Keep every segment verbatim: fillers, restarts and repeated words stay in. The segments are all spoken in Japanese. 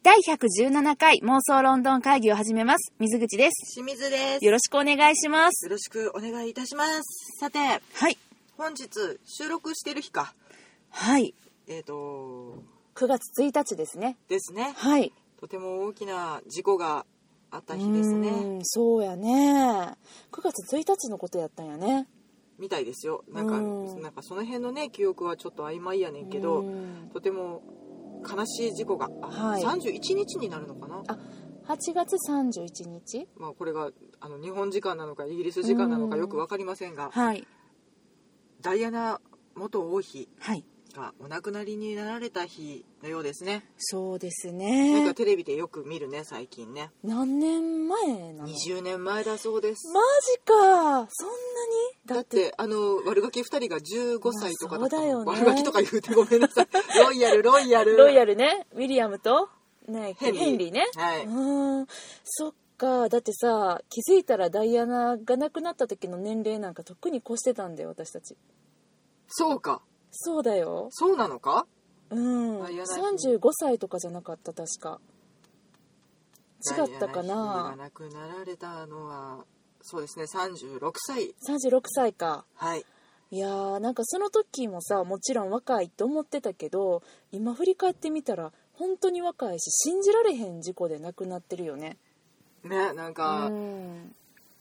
だいひゃくじゅうななかい妄想ロンドン会議を始めます。水口です。 清水です。 よろしくお願いします。 よろしくお願いいたします。さて、 はい。 本日収録してる日か。 はい。 えっとくがつついたちですね。 ですね。 はい。 とても大きな事故があった日ですね。 うん、そうやね。くがつついたちのことやったんやね。 みたいですよ。なんかなんかその辺のね記憶はちょっと曖昧やねんけど、とても悲しい事故が、はい、さんじゅういちにちになるのかな。 あ、はちがつさんじゅういちにち。 まあこれがあの日本時間なのかイギリス時間なのかよく分かりませんが、 はい、 ダイアナ元王妃はいがお亡くなりになられた日のようですね。 そうですね。 なんかテレビでよく見るね最近ね。 何年前なの？ にじゅうねんまえだそうです。 マジか。そんなに？ だって、だってあの悪ガキふたりがじゅうごさいとかだったの。 そうだよね。 悪ガキとか言うてごめんなさい。ロイヤルロイヤルロイヤルね。ウィリアムと、ね、 ヘンリー、 ヘンリーね。 はい。 うん。そっか。だってさ、気づいたらダイアナが亡くなった時の年齢なんかとっくに越してたんだよ私たち。 そうか。 そうだよ。 そうなのか？ うん。さんじゅうごさいとかじゃなかった確か。違ったかな。 ダイアナ妃が亡くなられたのはそうですねさんじゅうろくさい。 さんじゅうろくさいか。 はい。 いやーなんかその時もさもちろん若いと思ってたけど今振り返ってみたら本当に若いし信じられへん事故で亡くなってるよね。 ね、なんか、 うん、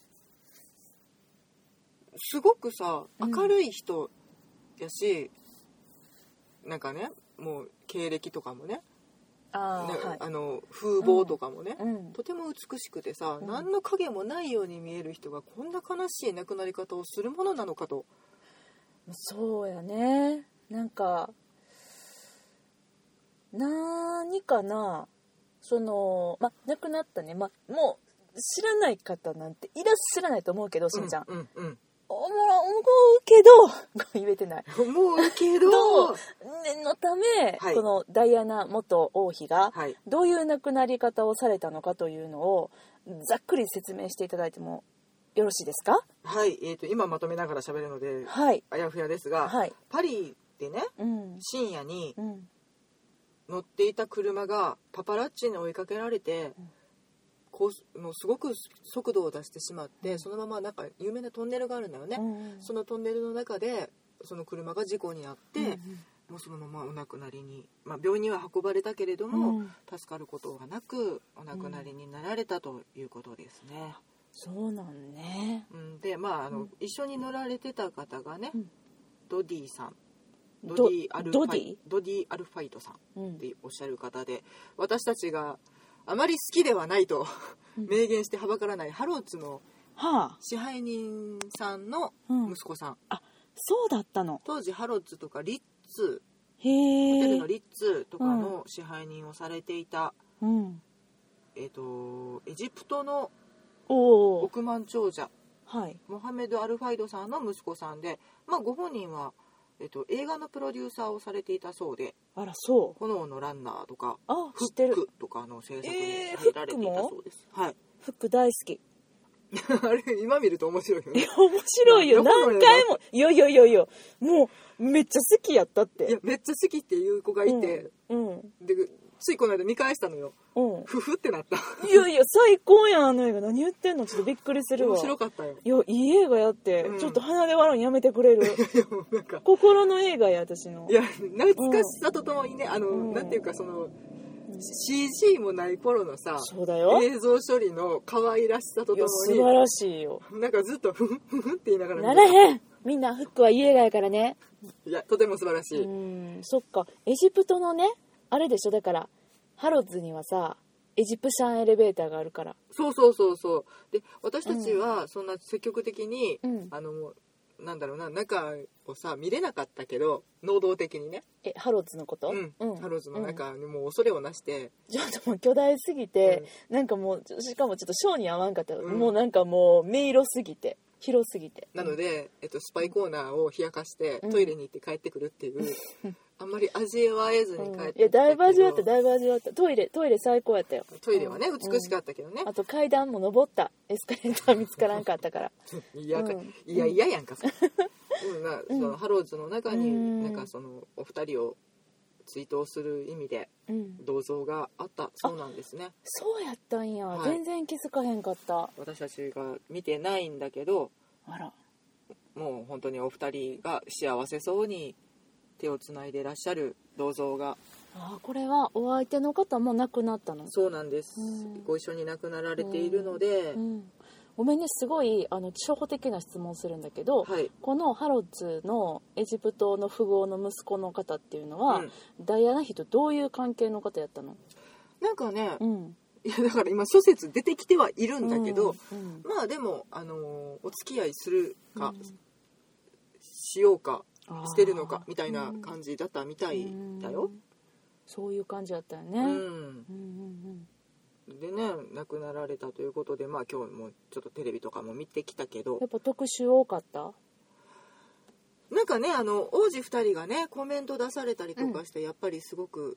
すごくさ明るい人やし、うん、なんかねもう経歴とかもねあ、 ね、 はい、 あの風貌とかもね、 うん、 とても美しくてさ、うん、何の影もないように見える人がこんな悲しい亡くなり方をするものなのかと。 そうやね。なんか何かなそのま亡くなったね、ま、もう知らない方なんていらっしゃらないと思うけどしんちゃん、 うんうんうん、 思うけど言えてない思うけど念のため、 はい、 このダイアナ元王妃がはい、 どういう亡くなり方をされたのかというのをざっくり説明していただいてもよろしいですか？ はい、えーと、今まとめながら喋るので、 はい、 あやふやですが、 はい、 パリでね、 うん、 深夜にうん乗っていた車がパパラッチに追いかけられて、うん、こうのすごく速度を出してしまって、うん、そのままなんか有名なトンネルがあるんだよね、うん、そのトンネルの中でその車が事故に遭って、うん、もうそのままお亡くなりに、まあ、病院には運ばれたけれども、うん、助かることがなくお亡くなりになられたということですね、うん、 そうなんね、 うん、でまああの、うん、一緒に乗られてた方がね、うん、ドディさんドディアルファイドディアルファイトさんっておっしゃる方で、うん、私たちがあまり好きではないと明言してはばからないハローツの支配人さんの息子さん、うん、 あ、そうだったの。 当時ハローツとかリッツへーホテルのリッツとかの支配人をされていた、 うん、 えーと、エジプトのお億万長者、 はい、 モハメド・アルファイドさんの息子さんで、まあ、ご本人はえっと、映画のプロデューサーをされていたそうで、 あらそう炎のランナーとかあフックとかの制作に入られていたそうです、 えー、 はい、 フック大好きあれ今見ると面白いよね。 面白いよ何回もいやいやいやいやもうめっちゃ好きやったって。 いやめっちゃ好きっていう子がいて、 うんうん、 でついこの間見返したのよ、 うん、 ふふってなったいやいや最高やんあの映画何言ってんのちょっとびっくりするわ。 面白かったよ。 いやいい映画やって、うん、ちょっと鼻で笑うのやめてくれる。いやいやなんか心の映画や私の。 いや懐かしさとともにね、あの、うん、なんていうかそのシージー もない頃のさ、 そうだよ映像処理の可愛らしさとともに素晴らしいよ。 なんかずっとフフフフって言いながらならへんみんなフックはいい映画やからね。 いやとても素晴らしい。 うんそっかエジプトのねあれでしょだからハロッズにはさエジプシャンエレベーターがあるから。 そうそうそうそうで私たちはそんな積極的に、うん、あのなんだろうな中をさ見れなかったけど能動的にねえハロッズのこと、 うんうん、ハロッズの中にもう恐れをなして、 うん、ちょっともう巨大すぎて、うん、なんかもうしかもちょっとショーに合わんかった、うん、もうなんかもう迷路すぎて広すぎてなので、えっと、スパイコーナーを冷やかしてトイレに行って帰ってくるっていう、うん、あんまり味わえずに帰ってきたけど、うん、いやだいぶ味わっただいぶ味わったトイレトイレ最高やったよ。 トイレはね、うん、美しかったけどね、 あと階段も登ったエスカレーター見つからんかったからいや、うん、いやいややんかそれ、うん、なそのハローズの中になんかそのお二人を追悼する意味でうん銅像があったそうなんですね。 そうやったんや、 はい全然気づかへんかった。 私たちが見てないんだけど、 あら、 もう本当にお二人が幸せそうに手をつないでいらっしゃる銅像が。 あ、これはお相手の方も亡くなったの？ そうなんです、 うん、 ご一緒に亡くなられているので、 うんうん、ごめんね、すごいあの初歩的な質問するんだけど、 はい、このハロッズのエジプトの富豪の息子の方っていうのは、うん、ダイアナ妃とどういう関係の方やったの？ なんかね、 うん、 いやだから今諸説出てきてはいるんだけど、 うんうん、 まあでも、あのー、お付き合いするか、うん、しようかしてるのかみたいな感じだったみたいだよ、うん、 そういう感じだったよね、 うんうんうんうん、でね亡くなられたということで、まあ今日もちょっとテレビとかも見てきたけど、 やっぱ特集多かった？ なんかね、あの王子ふたりがねコメント出されたりとかして、うん、やっぱりすごく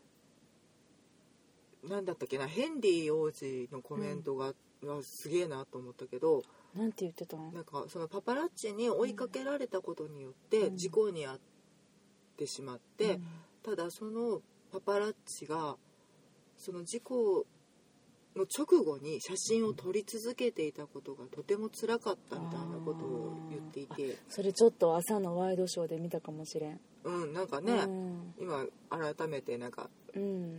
なんだったっけな、ヘンリー王子のコメントが、うん、すげえなと思ったけど、 なんて言ってたの？ なんかそのパパラッチに追いかけられたことによって事故に遭ってしまって、うん、ただそのパパラッチがその事故の直後に写真を撮り続けていたことがとても辛かったみたいなことを言っていて、 それちょっと朝のワイドショーで見たかもしれん。 うん、なんかね、うん、今改めてなんか、うん、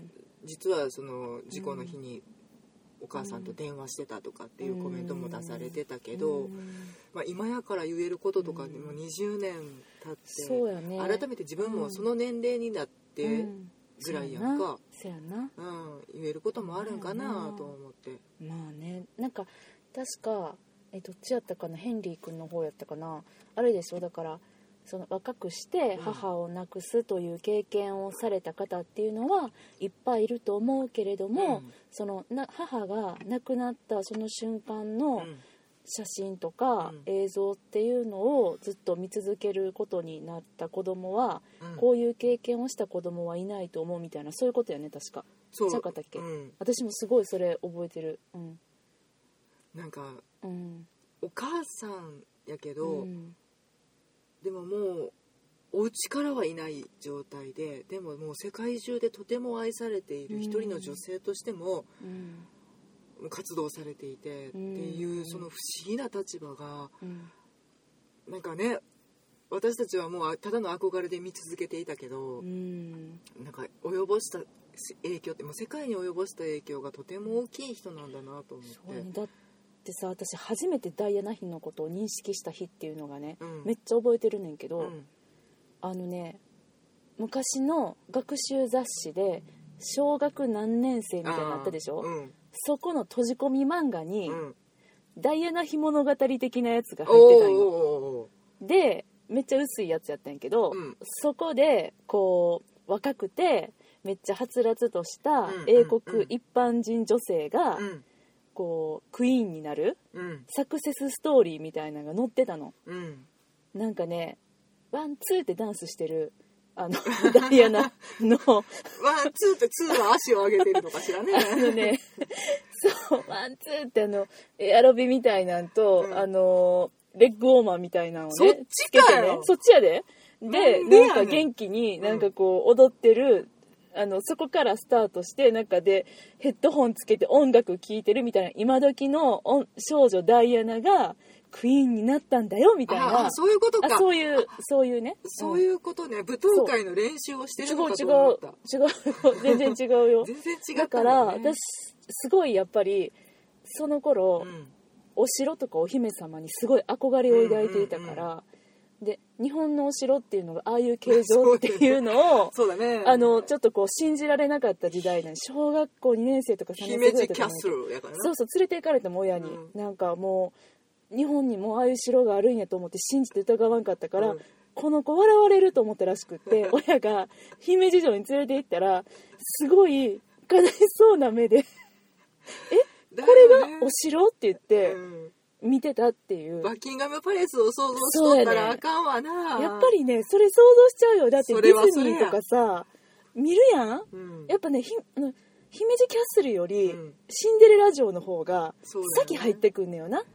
実はその事故の日にお母さんと電話してたとかっていうコメントも出されてたけど、うんまあ、今やから言えることとかにもにじゅうねん経って、 そうやね、 改めて自分もその年齢になってぐらいやんか、 そうやな、 うん、言えることもあるんかなと思って。 まあね、なんか確かえどっちやったかな、ヘンリー君の方やったかな、あれでしょ、だからその若くして母を亡くすという経験をされた方っていうのはいっぱいいると思うけれども、うん、そのな母が亡くなったその瞬間の写真とか映像っていうのをずっと見続けることになった子供は、うん、こういう経験をした子供はいないと思うみたいな、そういうことやね、確か。そうちゃうかったっけ、うん、私もすごいそれ覚えてる、うん、 なんか、うん、お母さんやけど、うんでももうお家からはいない状態で、でももう世界中でとても愛されている一人の女性としても活動されていてっていう、その不思議な立場がなんかね、私たちはもうただの憧れで見続けていたけど、なんか及ぼした影響って、もう世界に及ぼした影響がとても大きい人なんだなと思って。 そうね、だでさ、私初めてダイアナ妃のことを認識した日っていうのがね、うん、めっちゃ覚えてるねんけど、うん、あのね、昔の学習雑誌で小学何年生みたいになったでしょ、うん、そこの閉じ込み漫画に、うん、ダイアナ妃物語的なやつが入ってたんよ。でめっちゃ薄いやつやったんやけど、そこでこう若くてめっちゃはつらつとした英国一般人女性が、こうクイーンになる、うん、サクセスストーリーみたいなのが載ってたの、うん、なんかね、ワンツーってダンスしてるあのダイアナのワンツーってツーは足を上げてるのかしらねあのねそうワンツーってあのエアロビみたいなんと、うん、あのレッグウォーマーみたいなのをねそっちかよ、 ね、そっちやででなんか元気になんかこう踊ってる、あのそこからスタートしてなんかでヘッドホンつけて音楽聴いてるみたいな、今時の少女ダイアナがクイーンになったんだよみたいな、 ああそういうことか、 そういうそういうね、 そういうことね、舞踏会の練習をしてるのかと思った。 違う違う全然違うよ全然違う、ね、 だから私すごいやっぱりその頃、うん、お城とかお姫様にすごい憧れを抱いていたから、うんうんうんで日本のお城っていうのがああいう形状っていうのをそうだね、 あのちょっとこう信じられなかった時代なんで、小学校にねん生とかさんねん生ぐらいとか姫路キャッスルやからな、 そうそう連れて行かれても親に、うん、なんかもう日本にもああいう城があるんやと思って信じて疑わんかったから、うん、この子笑われると思ったらしくって親が姫路城に連れて行ったらすごい悲しそうな目でえこれがお城って言って、うん見てたっていう。 バッキンガムパレスを想像しとったらあかんわな、 ね、やっぱりねそれ想像しちゃうよ。だってディズニーとかさ見るやん、うん、やっぱねひ姫路キャッスルより、うん、シンデレラ城の方が先入ってくんのよな。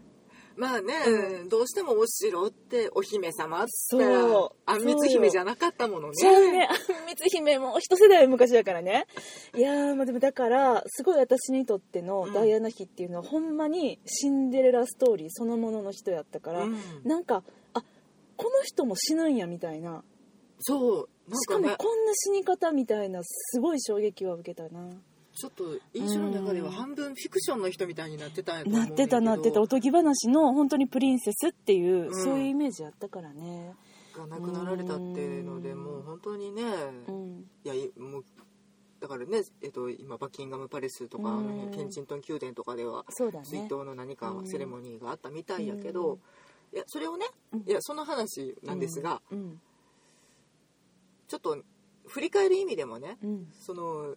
まあね、 うん、 どうしてもお城ってお姫様って言ったらあんみつ姫じゃなかったものね。 そうね、あんみつ姫も一世代昔だからね。いやー、まあでもだからすごい私にとってのダイアナ妃っていうのは、うん、ほんまにシンデレラストーリーそのものの人やったから、うん、なんかあこの人も死ぬんやみたいな。 そうなんか、ね、 しかもこんな死に方みたいなすごい衝撃は受けたな。 ちょっと印象の中では半分フィクションの人みたいになってたんやと思うんだけど、 なってたなってた。おとぎ話の本当にプリンセスっていう、うん、そういうイメージあったからね。 が亡くなられたっていうので、もう本当にね、うん、いやもうだからね、えっと、今バッキンガムパレスとか、うん、ケンチントン宮殿とかでは追悼の何かセレモニーがあったみたいやけど、うん、いやそれをね、いやその話なんですが、うんうん、ちょっと振り返る意味でもね、うん、その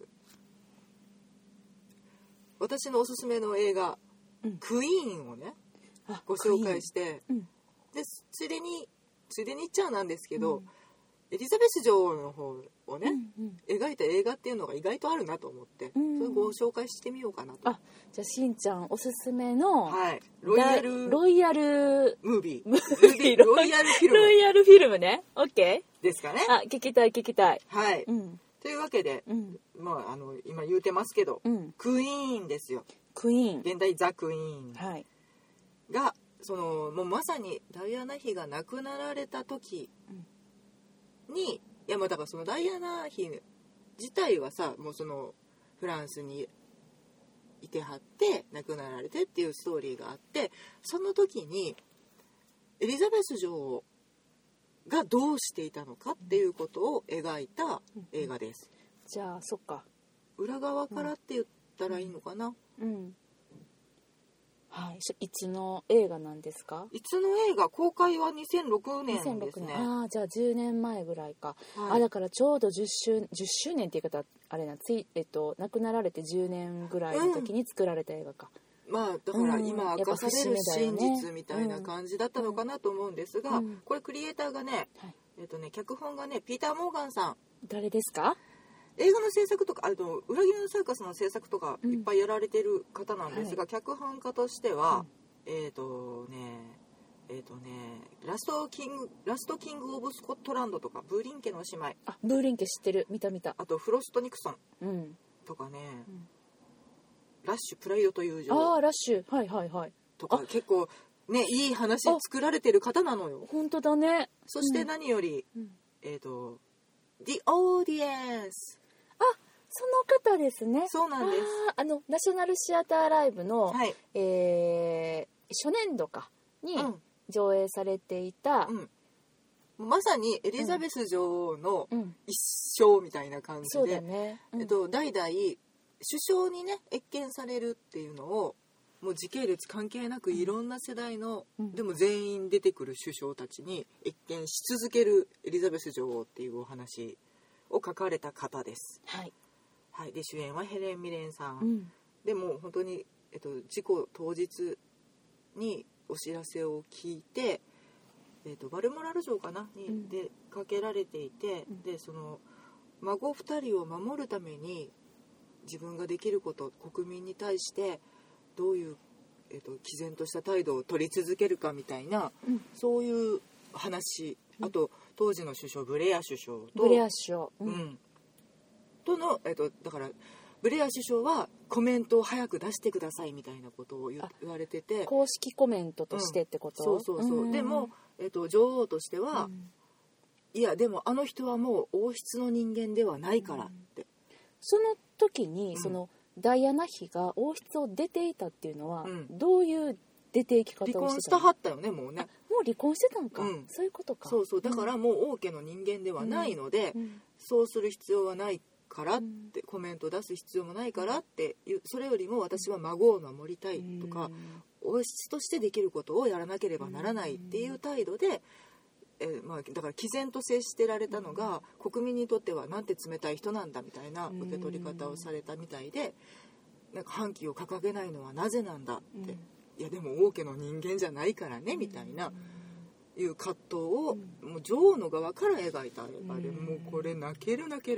私のおすすめの映画、うん、クイーンをねご紹介して、うん、でついでについでに言っちゃうなんですけど、うん、エリザベス女王の方をね、うんうん、描いた映画っていうのが意外とあるなと思って、うん、それをご紹介してみようかなと。 あ、じゃあしんちゃんおすすめの、 はい、ロイヤルロイヤルムービーロイヤルフィルムロイヤルフィルムね、 OK ですかね。 あ、聞きたい聞きたい。 はい、うん、というわけで、うんまあ、あの今言うてますけど、うん、クイーンですよ。 クイーン、 現代ザ・クイーン、 はい、 がそのもうまさにダイアナ妃が亡くなられた時に、うん、いやまあだからそのダイアナ妃自体はさもうそのフランスにいてはって亡くなられてっていうストーリーがあって、その時にエリザベス女王がどうしていたのかっていうことを描いた映画です、うん、 じゃあそっか裏側からって言ったらいいのかな、 うん、うんはい、いつの映画なんですか？ いつの映画？公開はにせんろくねんですね。にせんろくねん、 ああ、じゃあじゅうねんまえぐらいか、はい、あだからちょうどじゅっしゅうねんっていう方あれなつい、えっと、亡くなられてじゅうねんぐらいの時に作られた映画か、 うん、まあだから今明かされる真実みたいな感じだったのかなと思うんですが、うん、これクリエイターがね、はい、えっとね脚本がねピーター・モーガンさん。 誰ですか？ 映画の制作とかあの裏切りのサーカスの制作とかいっぱいやられてる方なんですが、うんはい、脚本家としては、うんえっ、ー、とねえっ、ー、とねラストキングラストキングオブスコットランドとかブーリン家の姉妹、 あブーリン家知ってる、見た見た。 あとフロストニクソンとかね、うん、ラッシュプライドという女王、あラッシュはいはいはいとか結構ねいい話作られてる方なのよ。 本当だね。 そして何より、うん、えっ、ー、と The Audience、 あその方ですね。 そうなんです。 ああのナショナルシアターライブの、はいえー、初年度かに上映されていた、 うんうん、まさにエリザベス女王の一生みたいな感じで、うんうんそうだねうんえっと、代々首相にね謁見されるっていうのをもう時系列関係なくいろんな世代の、うん、でも全員出てくる首相たちに謁見し続けるエリザベス女王っていうお話を書かれた方です。 はいはい、で主演はヘレン・ミレンさん、うん、でも本当に、えっと、事故当日にお知らせを聞いて、えっと、バルモラル城かなに、うん、でかけられていて、うん、でその孫ふたりを守るために自分ができること国民に対してどういう、えっと、毅然とした態度を取り続けるかみたいな、うん、そういう話、あと当時の首相ブレア首相とブレア首相、 うんうんとのえっと、だからブレア首相はコメントを早く出してくださいみたいなことを言われてて、 公式コメントとしてってこと、 うん、そうそうそう、でも、えっと、女王としては、うん、いやでもあの人はもう王室の人間ではないからって、うん、 その時に、うん、そのダイアナ妃が王室を出ていたっていうのは、うん、どういう出ていき方をしてたの？ 離婚したはったよねもうね。 もう離婚してたんか、うん、そういうことか。 そうそうだからもう王家の人間ではないので、そうする必要はないからって、コメント出す必要もないからっていう、それよりも私は孫を守りたいとか、王室としてできることをやらなければならないっていう態度で、えーまあ、だから毅然と接してられたのが国民にとってはなんて冷たい人なんだみたいな受け取り方をされたみたいで、なんか反旗を掲げないのはなぜなんだって、いやでも王家の人間じゃないからねみたいないう葛藤をもう女王の側から描いた映画で、もうこれ泣ける泣ける。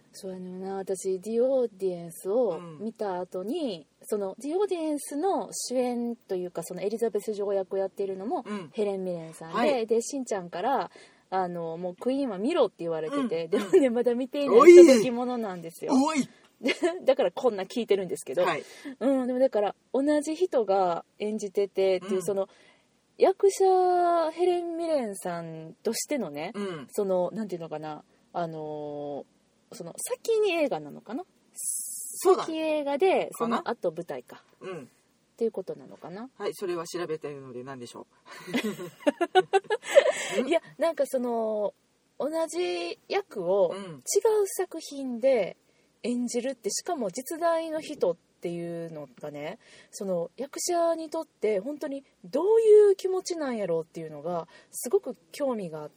そうやねんな。私ディオーディエンスを見た後に、うん、そのディオーディエンスの主演というかそのエリザベス女王役をやっているのも、うん、ヘレン・ミレンさんで、はい、でしんちゃんからあのもうクイーンは見ろって言われてて、うん、でもねまだ見ていない人気者なんですよ。 おいだからこんな聞いてるんですけど、はい、うん、でもだから同じ人が演じててっていう、うん、その役者ヘレン・ミレンさんとしてのね、うん、そのなんていうのかな、あのーその先に映画なのかな、 そうだ、 先映画でその後舞台か、 うん、 っていうことなのかな。 はい、それは調べているので何でしょういやなんかその同じ役を違う作品で演じるって、しかも実在の人っていうのがね、その役者にとって本当にどういう気持ちなんやろうっていうのがすごく興味があって、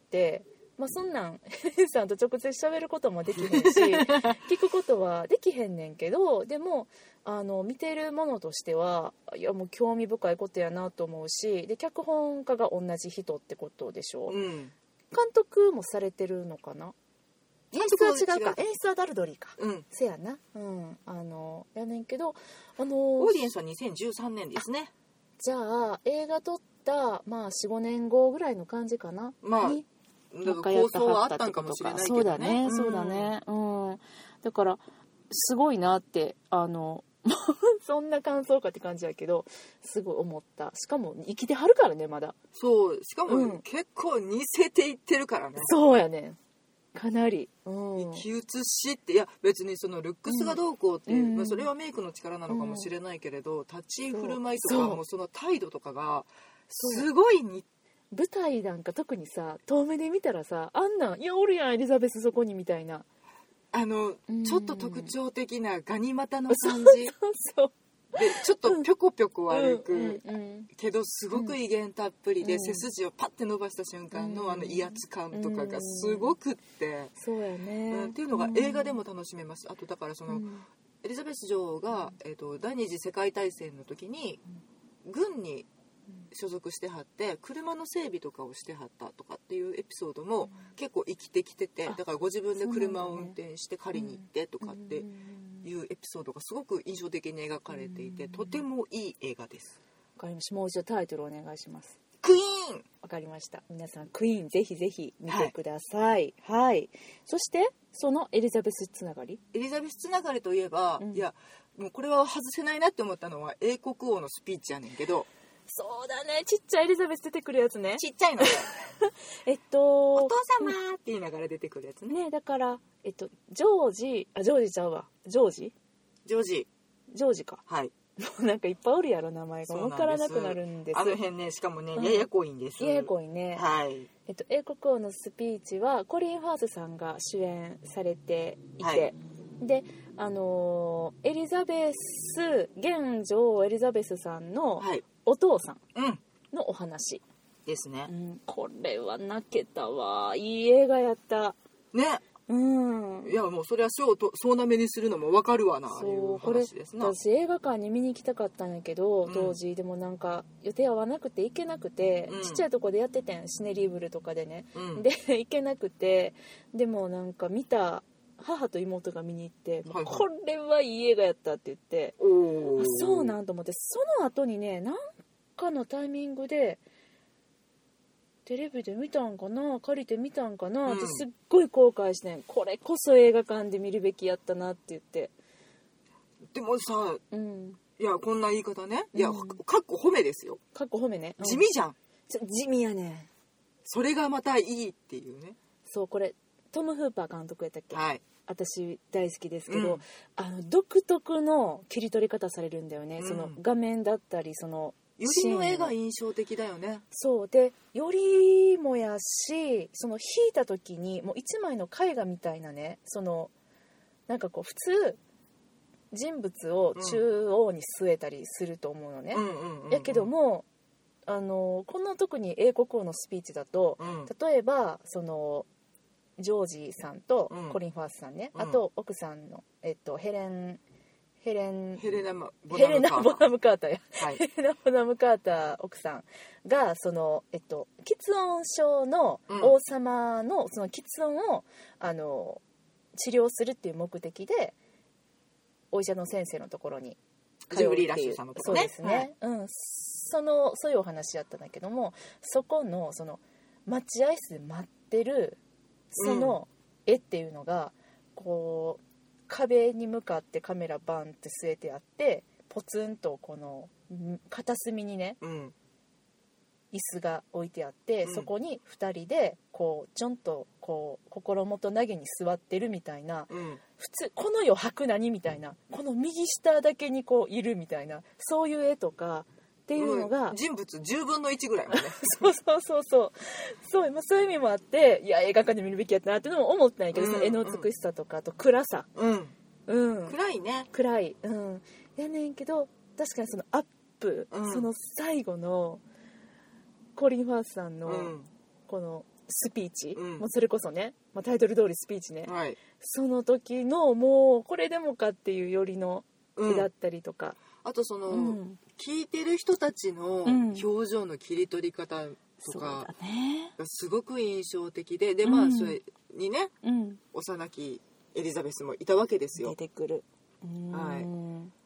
まあ、そんなんヘレンさんと直接喋ることもできへんし聞くことはできへんねんけど、でもあの見てるものとしてはいやもう興味深いことやなと思うし、で脚本家が同じ人ってことでしょ、うん、監督もされてるのかな。演出は違うか、演出はダルドリーか、うん、せやな、うん、あのやねんけど、あのオーディエンスはにせんじゅうさんねんですね。 じゃあ映画撮ったまあ よん,ご 年後ぐらいの感じかな、 まあにだから構想はあったんかもしれないけどね。 そうだね、そうだね、うんうん、だからすごいなってあのそんな感想かって感じやけどすごい思った。しかも生きてはるからねまだ。 そうしかも、うん、結構似せていってるからね。 そうやねかなり、 うん、生き写しっていや別にそのルックスがどうこうって、うんまあ、それはメイクの力なのかもしれないけれど、うん、立ち振る舞いとかもその態度とかがすごい似て舞台なんか特にさ遠目で見たらさあんなんいやおるやんエリザベスそこにみたいなあのちょっと特徴的なガニ股の感じそうそうでちょっとぴょこぴょこ歩く、うんうんうん、けどすごく威厳たっぷりで、うん、背筋をパッて伸ばした瞬間の、うん、あの威圧感とかがすごくって、うん、 そうやね、 うん、っていうのが映画でも楽しめます。あとだからその、うん、エリザベス女王が、えーと、第二次世界大戦の時に軍に所属してはって車の整備とかをしてはったとかっていうエピソードも結構生きてきてて、だからご自分で車を運転して借りに行ってとかっていうエピソードがすごく印象的に描かれていて、とてもいい映画です。 わかりました。もう一度タイトルお願いします。 クイーン。 わかりました。皆さんクイーンぜひぜひ見てください。はい、はい、そしてそのエリザベスつながりエリザベスつながりといえば、うん、いやもうこれは外せないなって思ったのは英国王のスピーチやねんけど、 そうだね、ちっちゃいエリザベス出てくるやつね。 ちっちゃいのえっとお父様って言いながら出てくるやつね。 ね、だからえっとジョージあジョージちゃうわジョージジョージジョージか。 はい。 もうなんかいっぱいおるやろ名前が分からなくなるんです。 あの辺ねしかもね、うん、ややこいんです。 ややこいね。 はい。 えっと英国王のスピーチはコリン・ファースさんが主演されていて、はい、であのー、エリザベス現女王エリザベスさんのお父さんのお話、 うん、ですね、 うん、これは泣けたわ。いい映画やったね。うん、いやもうそれは賞と総なめにするのも分かるわな。そういう話ですな。 私映画館に見に行きたかったんやけど当時、うん、でもなんか予定合わなくて行けなくて、うん、ちっちゃいとこでやっててんシネリーブルとかでね、うん、で行けなくて、でもなんか見た母と妹が見に行って、はいはい、これはいい映画やったって言って、あそうなんと思って、その後にねなんかのタイミングでテレビで見たんかな借りて見たんかな、うん、ってすっごい後悔してん。これこそ映画館で見るべきやったなって言って。 でもさ、うん、いやこんな言い方ね、いや、うん、かっこ褒めですよ。 かっこ褒めね、 うん、地味じゃん。 ちょ地味やね。 それがまたいいっていうね。 そうこれトム・フーパー監督やったっけ。 はい。 私大好きですけど、うん、あの独特の切り取り方されるんだよね、うん、その画面だったりそのよりの絵が印象的だよね。 そうでよりもやし、その引いた時にもう一枚の絵画みたいなね、そのなんかこう普通人物を中央に据えたりすると思うのね、やけどもあのこの特に英国王のスピーチだと、うん、例えばそのジョージさんとコリン・ファースさんね、うん、あと奥さんの、えっと、ヘレンヘレンヘレナボナムカーターや、 はい、 ヘレナボナムカーター奥さんがその、えっと、喫音症の王様の、その喫音をあの治療するっていう目的でお医者の先生のところにジブリーラッシュさんのところね。 そうですね、はい、うん、そのそういうお話やったんだけども、そこのその待合室で待ってるその絵っていうのが、うん、こう壁に向かってカメラバンって据えてあって、ポツンとこの片隅にね、うん、椅子が置いてあって、うん、そこにふたりでこうちょんとこう心もと投げに座ってるみたいな、うん、普通この世吐く何みたいな、この右下だけにこういるみたいな、そういう絵とかっていうのが、 うん、人物じゅうぶんのいちぐらいもねそうそうそうそうそう、まあ、そういう意味もあって、いや映画館で見るべきやったなっていうのも思ったんやけど、うん、その絵の美しさとか、あと暗さ、 うんうん、暗いね、 暗い、うん、やねんけど、確かにそのアップ、うん、その最後のコリン・ファースさんのこのスピーチ、うん、もうそれこそね、まあ、タイトル通りスピーチね、はい、その時のもうこれでもかっていうよりの絵だったりとか、 うん、あとその、うん、聞いてる人たちの表情の切り取り方とかがすごく印象的で、でまあそれにね、うん、幼きエリザベスもいたわけですよ。 出てくる。 はい。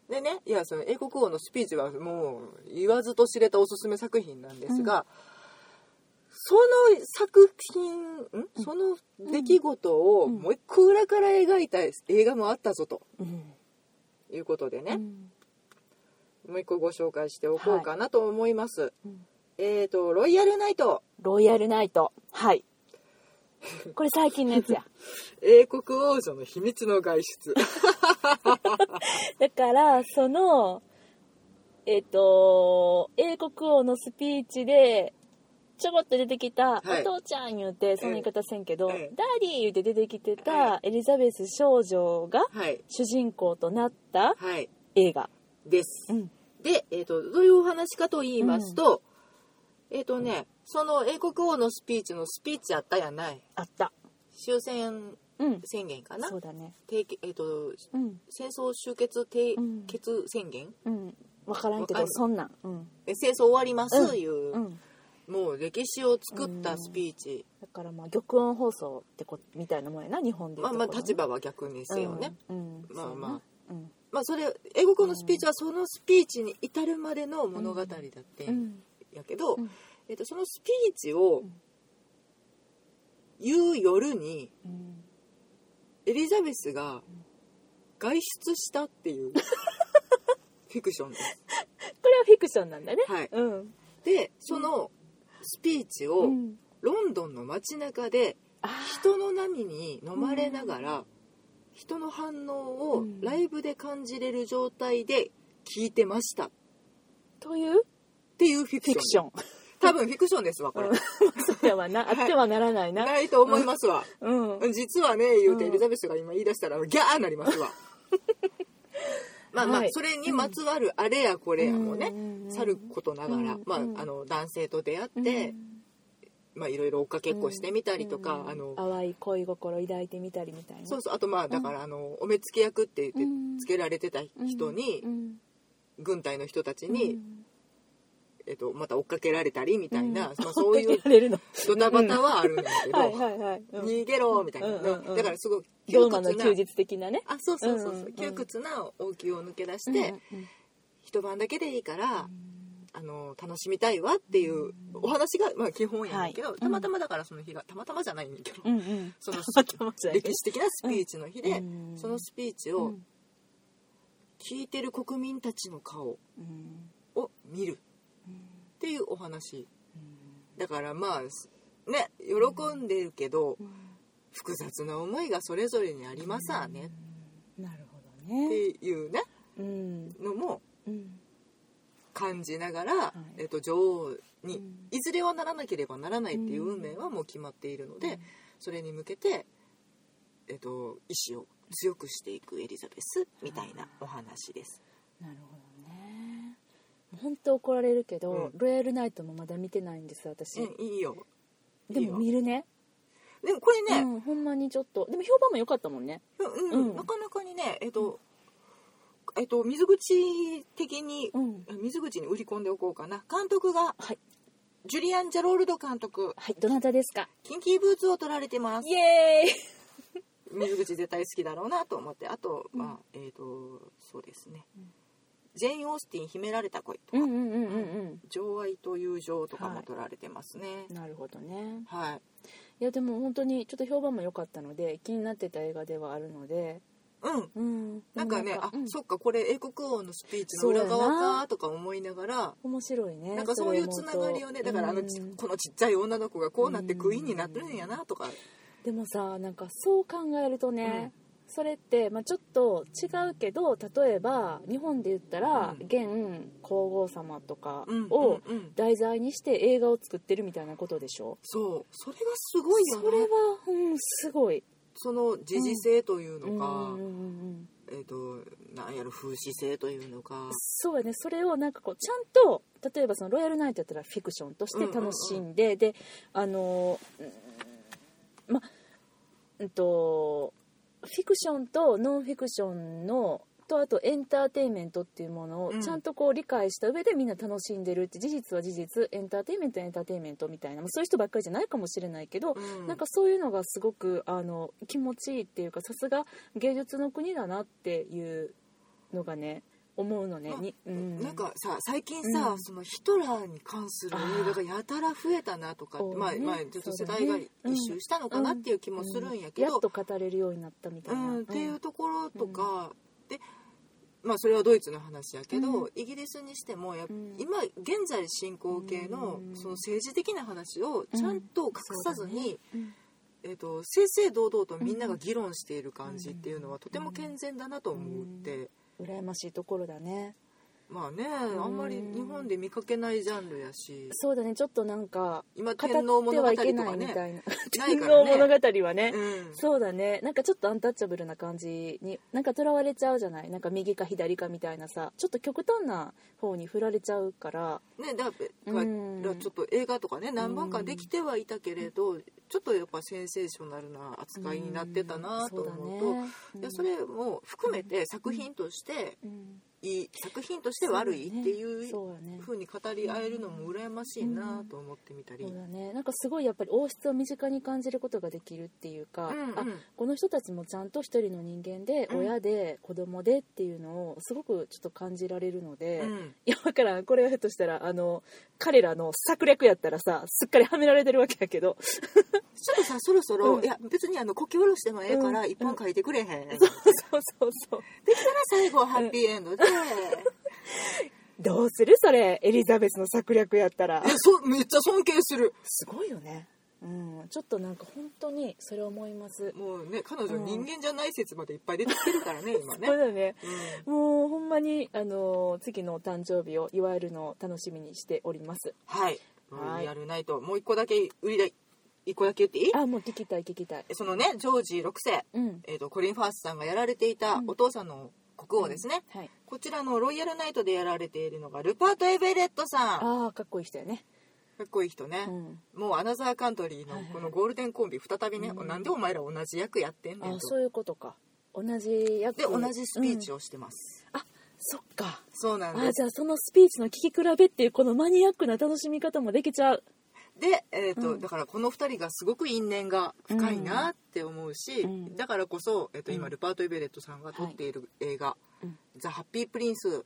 でね、いやその英国王のスピーチはもう言わずと知れたおすすめ作品なんですが、うん、その作品、んその出来事をもう一個裏から描いた映画もあったぞと、うん、いうことでね、うん、もう一個ご紹介しておこうかなと思います。はい、うん、えーとロイヤルナイト。 ロイヤルナイト。はい。これ最近のやつや。 英国王女の秘密の外出。 だからそのえっ、ー、と英国王のスピーチでちょこっと出てきた、はい、お父ちゃん言うてその言い方せんけど、ええ、ダディ言うて出てきてたエリザベス少女が主人公となった映画、はい、 です。うん、で、えーと、どういうお話かと言いますと、うん、えっ、ー、とね、その英国王のスピーチのスピーチあったやない。 あった。 終戦宣言かな。 うん、そうだね。 えっ、ー、と、うん、戦争終結締結宣言。 うん。わからんけどそんなん。うん、 戦争終わりますいう。うんうんもう歴史を作ったスピーチ、 うん、だからまあ玉音放送ってこみたいなもんやな日本でいうところ、 まあまあ立場は逆ですよね、 うんうん、 まあまあ、うん、まあそれ英国のスピーチはそのスピーチに至るまでの物語だって、うん、やけど、うんえー、とそのスピーチを言う夜に、うん、エリザベスが外出したっていうフィクションです。 これはフィクションなんだね。 はい、 うん、 でそのスピーチをロンドンの街中で人の波に飲まれながら人の反応をライブで感じれる状態で聞いてましたというっていうフィクション。多分フィクションですわこれ。 そうやわな、あってはならないな。 ないと思いますわ。うん、実はね言うてエリザベスが今言い出したらギャーなりますわ。まあまあそれにまつわるあれやこれやもね、うん、さることながら、うん、まああの男性と出会って、うん、まあいろいろ追っかけっこしてみたりとか、うん、あの淡い恋心抱いてみたりみたいな。 そうそう、あとまあだから、うん、あのお目付け役って言ってつけられてた人に、うん、軍隊の人たちに、うんえっと、また追っかけられたりみたいな、うんまあ、そういうドタバタはあるんだけど、はいはいはいうん、逃げろみたいな、うんうんうん、だからすごい窮屈な休日的なねあそうそうそうそう、うんうん、窮屈な王宮を抜け出して、うんうん、一晩だけでいいから、うん、あの楽しみたいわっていうお話が、まあ、基本やねんけど、はい、たまたまだからその日がたまたまじゃないねんけど、うんうん、その歴史的なスピーチの日で、うん、そのスピーチを聞いてる国民たちの顔を見るっていうお話だからまあね喜んでるけど複雑な思いがそれぞれにありますわねなるほどねっていうねのも感じながらえっと女王にいずれはならなければならないっていう運命はもう決まっているのでそれに向けてえっと意志を強くしていくエリザベスみたいなお話です。 なるほどね。本当怒られるけど、うん、ロイヤルナイトもまだ見てないんです私、 うん、いいよでも見るね。 でもこれね、 うん、ほんまにちょっとでも評判も良かったもんね。 うん、うんうん、なかなかにねえっと、えっと水口的に、うん、水口に売り込んでおこうかな。監督が、はい、ジュリアン・ジャロールド監督。 はい、どなたですか？ キンキーブーツを取られてます。 イエーイ水口絶対好きだろうなと思って、あと、うん、まあえっ、ー、とそうですね、うん、ジェイン・オースティン秘められた恋とか、うんうんうんうん、情愛と友情とかも取られてますね、 はい、なるほどね。 はい。 いやでも本当にちょっと評判も良かったので気になってた映画ではあるので、 うん、うん、なんかね、なんかあ、うん、そっかこれ英国王のスピーチの裏側かとか思いながら、 面白いね。 なんかそういうつながりをね、だからあの、うん、このちっちゃい女の子がこうなってクイーンになってるんやなとか、 でもさ、なんかそう考えるとね、うん、それって、まあ、ちょっと違うけど、例えば日本で言ったら、うん、現皇后様とかを題材にして映画を作ってるみたいなことでしょ。 そう、それがすごいよね。 それは、うん、すごい。 その時事性というのか、うんうんうんうんえーと、なんやろ風刺性というのか、 そうやね。それをなんかこうちゃんと、例えばそのロイヤルナイトやったらフィクションとして楽しんで、うんうんうん、であのまうんとフィクションとノンフィクションのとあとエンターテインメントっていうものをちゃんとこう理解した上でみんな楽しんでるって、事実は事実、エンターテインメントはエンターテインメントみたいな、そういう人ばっかりじゃないかもしれないけど、うん、なんかそういうのがすごくあの気持ちいいっていうか、さすが芸術の国だなっていうのがね思うのね、に、うん、 なんかさ最近さ、うん、そのヒトラーに関する映画がやたら増えたなとかって、まあまあちょっと世代が一周したのかなっていう気もするんやけど、 うんうん、やっと語れるようになったみたいな、 うん、っていうところとか、でまあそれはドイツの話やけど、うん、イギリスにしてもや、うん、今現在進行形のその政治的な話をちゃんと隠さずに、うんねうんえーと、正々堂々とみんなが議論している感じっていうのはとても健全だなと思って、 羨ましいところだね。 まあね、あんまり日本で見かけないジャンルやし、 そうだね、ちょっとなんか今天皇物語とかね、 天皇物語はね、うん、そうだね、なんかちょっとアンタッチャブルな感じになんかとらわれちゃうじゃない、なんか右か左かみたいなさ、ちょっと極端な方に振られちゃうからね、だからちょっと映画とかね何本かできてはいたけれど、うん、ちょっとやっぱセンセーショナルな扱いになってたなと思うと、うん そ, う、ねうん、でそれも含めて作品として、うんうんいい作品として悪いっていう風に語り合えるのも羨ましいなと思ってみたり、 そうだね、なんかすごいやっぱり王室を身近に感じることができるっていうか、うんうん、あこの人たちもちゃんと一人の人間で、うん、親で子供でっていうのをすごくちょっと感じられるので、うん、いやだからこれはひょっとしたらあの彼らの策略やったらさすっかりはめられてるわけやけどちょっとさそろそろ、うん、いや別にあのこき下ろしてもええから一本書いてくれへん、うんうん、そうそうそうそうできたら最後はハッピーエンドで、 どうするそれエリザベスの策略やったら。 えそめっちゃ尊敬する。 すごいよね、うん、ちょっとなんか本当にそれ思います。 もうね彼女人間じゃない説までいっぱい出てきてるからね、うん、今ねそうだね、うん、もうほんまにあの次の誕生日を祝えるのを楽しみにしております。 はい、はい、やるないともう一個だけ売りだ一個だけ言っていい？ あ、もう聞きたい聞きたい。 そのねジョージろくせい、うんえーと、コリン・ファースさんがやられていたお父さんの国王ですね、うんはい、こちらのロイヤルナイトでやられているのがルパート・エベレットさん。ああかっこいい人やね。 かっこいい人ね、うん、もうアナザーカントリーのこのゴールデンコンビ再びね、はいはい、なんでお前ら同じ役やってんねんと。 あそういうことか、同じ役で同じスピーチをしてます、 うん、あそっかそうなんです。 あじゃあそのスピーチの聞き比べっていうこのマニアックな楽しみ方もできちゃう。 で、えーとうん、だからこのふたりがすごく因縁が深いなって思うし、うん、だからこそ、えーと、今ルパート・エベレットさんが撮っている映画、はい、ザ・ハッピー・プリンス、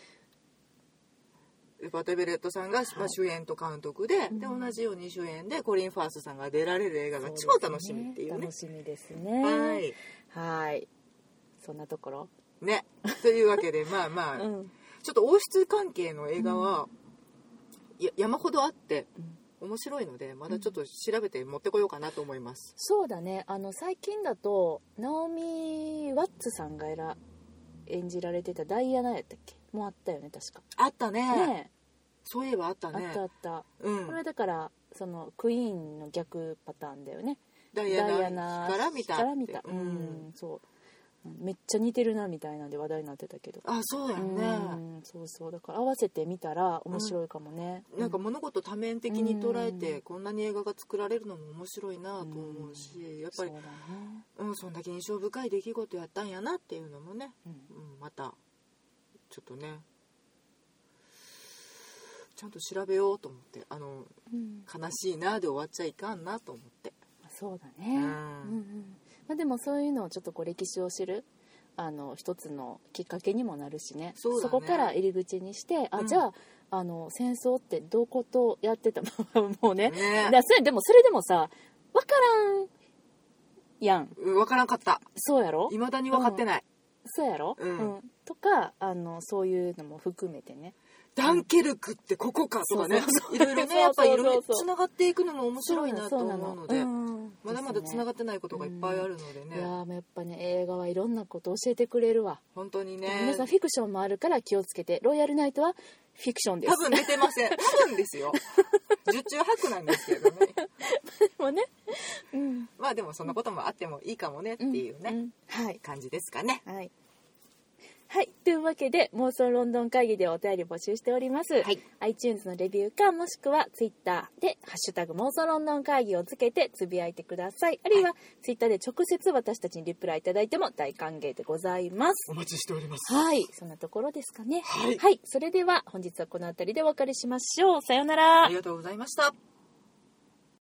ルパート・エベレットさんが、まあ、主演と監督で、はい、で同じように主演でコリン・ファースさんが出られる映画が超楽しみっていうね。 楽しみですね。 はいはいそんなところねというわけでまあまあ、うん、ちょっと王室関係の映画は、うん、や山ほどあって、うん面白いのでまだちょっと調べて持ってこようかなと思います、 うん、そうだねあの最近だとナオミ・ワッツさんが演じられてたダイアナやったっけもうあったよね確か。 あったねねそういえばあったねあったあった、うん、これだからそのクイーンの逆パターンだよね。 ダイアナから見たから見た、うん、うん、そうめっちゃ似てるなみたいなんで話題になってたけど。 あそうやんね、 うん、そうそうだから合わせてみたら面白いかもね、 うん、なんか物事多面的に捉えて、うん、こんなに映画が作られるのも面白いなと思うし、うん、やっぱり そ,、ねうん、そんだけ印象深い出来事やったんやなっていうのもね、うんうん、またちょっとねちゃんと調べようと思ってあの、うん、悲しいなで終わっちゃいかんなと思って。 そうだね、うんうんまあ、でもそういうのをちょっとこう歴史を知るあの一つのきっかけにもなるしね。 そうだね。 そこから入り口にしてあ、うん、じゃあ、あの戦争ってどういうことやってたもうね、ねだそれでもそれでもさ分からんやん。 分からんかった。 そうやろ。 未だに分かってない、 うん、そうやろ、うんうん、とかあのそういうのも含めてね、 ダンケルクってここかとかね、いろいろねやっぱいろいろつながっていくのも面白いなと思うので、うん、まだまだつながってないことがいっぱいあるのでね、 うん、いややっぱね映画はいろんなこと教えてくれるわ本当にね。 皆さんフィクションもあるから気をつけて。ロイヤルナイトはフィクションです。 多分出てません多分ですよ十中八九なんですけどねでもね、うん、 まあでもそんなこともあってもいいかもねっていうね、うんうんはい、感じですかね。 はいはい、というわけで妄想ロンドン会議でお便り募集しております、はい、iTunes のレビューかもしくは Twitter でハッシュタグ妄想ロンドン会議をつけてつぶやいてください。あるいは Twitter で直接私たちにリプライいただいても大歓迎でございます。 お待ちしております。 はい、そんなところですかね。 はい、 はい、それでは本日はこの辺りでお別れしましょう。さようなら。 ありがとうございました。